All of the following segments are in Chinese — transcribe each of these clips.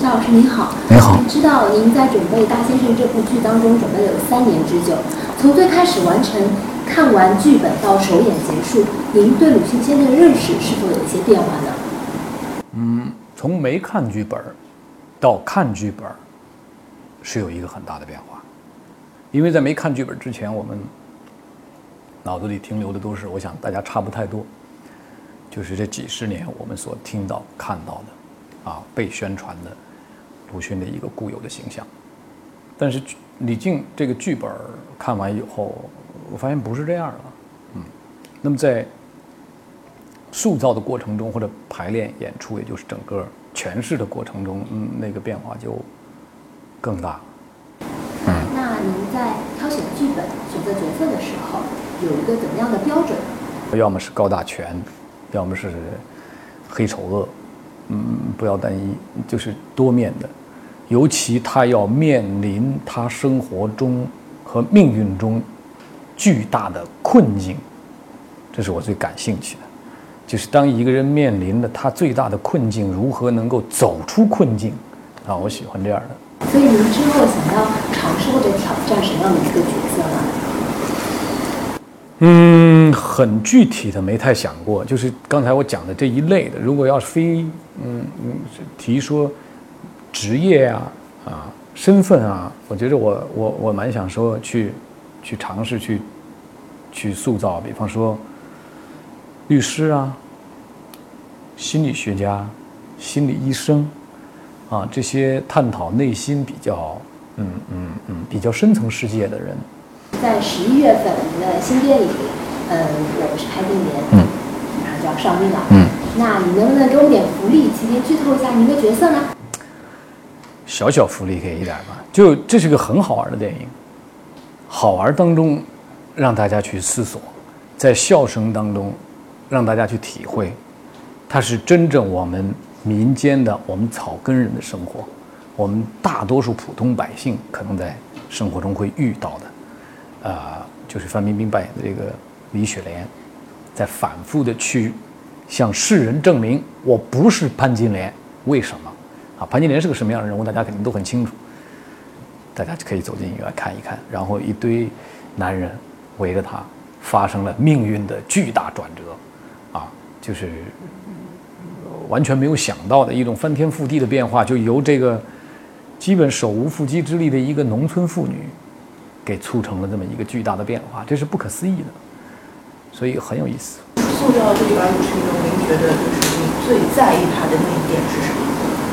夏老师您好。 您好。 知道您在准备《大先生》这部剧当中准备了有3年之久，从最开始完成看完剧本到首演结束，您对鲁迅先生的认识是否有一些变化呢？ 从没看剧本到看剧本是有一个很大的变化，因为在没看剧本之前，我们脑子里停留的都是，我想大家差不太多，就是这几十年我们所听到看到的被宣传的鲁迅的一个固有的形象。但是李靖这个剧本看完以后，我发现不是这样了。那么在塑造的过程中，或者排练演出，也就是整个诠释的过程中，那个变化就更大了。 那您在挑选剧本、选择角色的时候，有一个怎么样的标准？ 要么是高大全，要么是黑丑恶，不要单一，就是多面的。尤其他要面临他生活中和命运中巨大的困境，这是我最感兴趣的。就是当一个人面临了他最大的困境，如何能够走出困境我喜欢这样的。 所以您之后想要尝试或者挑战什么样的一个角色呢？很具体的没太想过，就是刚才我讲的这一类的。如果要是非提说职业身份我觉得我蛮想说去尝试去塑造，比方说律师心理学家、心理医生这些探讨内心比较深层世界的人。 在11月份，您的新电影我不是拍定年，马上就要上映了。那你能不能给我点福利，提前剧透一下您的角色呢？ 小福利给一点吧。就这是个很好玩的电影，好玩当中让大家去思索，在笑声当中让大家去体会，它是真正我们民间的，我们草根人的生活，我们大多数普通百姓可能在生活中会遇到的。就是范冰冰扮演的这个李雪莲，在反复的去向世人证明我不是潘金莲。为什么潘金莲是个什么样的人物，大家肯定都很清楚，大家可以走进影院看一看。然后一堆男人围着他，发生了命运的巨大转折就是完全没有想到的一种翻天覆地的变化，就由这个基本手无缚鸡之力的一个农村妇女给促成了这么一个巨大的变化，这是不可思议的，所以很有意思。 塑造这一版鲁迅中，您觉得就是你最在意他的那一点是什么？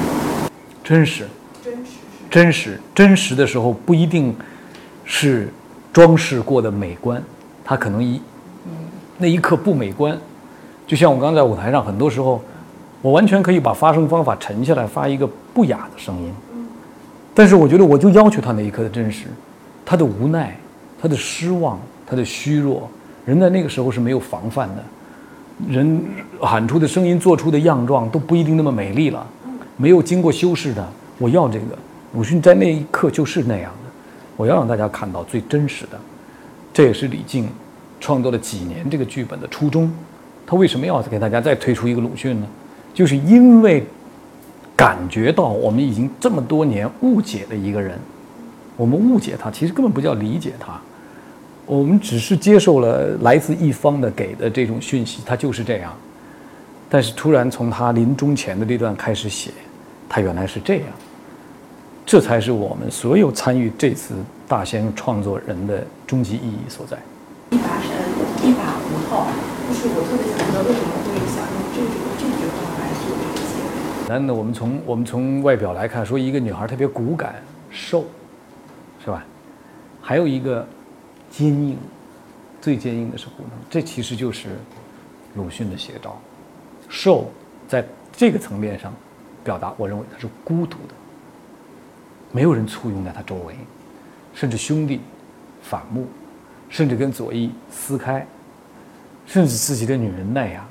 真实的时候不一定是装饰过的美观，它可能那一刻不美观。就像我刚在舞台上，很多时候我完全可以把发声方法沉下来，发一个不雅的声音，但是我觉得我就要求他那一刻的真实，他的无奈，他的失望，他的虚弱。人在那个时候是没有防范的，人喊出的声音做出的样状都不一定那么美丽了，没有经过修饰的。我要这个鲁迅在那一刻就是那样的，我要让大家看到最真实的。这也是李靖创作了几年这个剧本的初衷。他为什么要给大家再推出一个鲁迅呢？就是因为感觉到我们已经这么多年误解了一个人，我们误解他，其实根本不叫理解他，我们只是接受了来自一方的给的这种讯息，他就是这样。但是突然从他临终前的这段开始写，他原来是这样，这才是我们所有参与这次大先生创作人的终极意义所在。 一把胡套，就是我特别想知道为什么会想用这句话来做这个结尾。 难道我们从外表来看，说一个女孩特别骨感瘦，是吧？还有一个坚硬，最坚硬的是骨头，这其实就是鲁迅的写照。瘦在这个层面上表达，我认为他是孤独的，没有人簇拥在他周围，甚至兄弟反目，甚至跟左翼撕开，甚至自己的女人那样，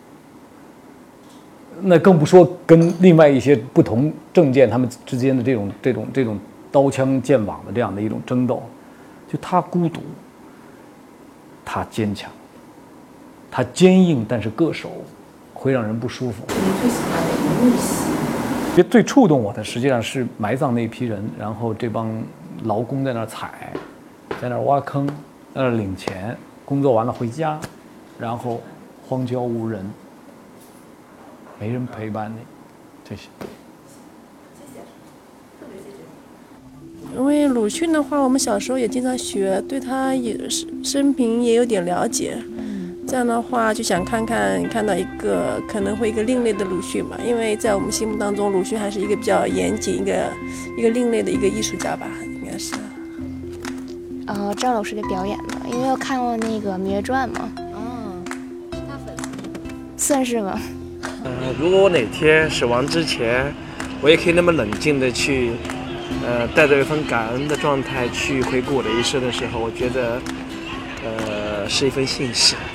那更不说跟另外一些不同政见他们之间的这种刀枪剑网的这样的一种争斗。就他孤独，他坚强，他坚硬，但是硌手会让人不舒服。 你最喜欢的一幕戏， 最触动我的实际上是埋葬那批人，然后这帮劳工在那儿采，在那儿挖坑，在那儿领钱，工作完了回家，然后荒郊无人，没人陪伴你，这些。 因为鲁迅的话，我们小时候也经常学，对他也生平也有点了解。这样的话，就想看到一个可能会一个另类的鲁迅嘛，因为在我们心目当中，鲁迅还是一个比较严谨、一个另类的一个艺术家吧，应该是。 赵老师的表演嘛，因为我看过那个《芈月传》嘛。 是他粉丝。 算是吧。 如果我哪天死亡之前，我也可以那么冷静的去，带着一份感恩的状态去回顾我的一生的时候，我觉得，是一份幸事。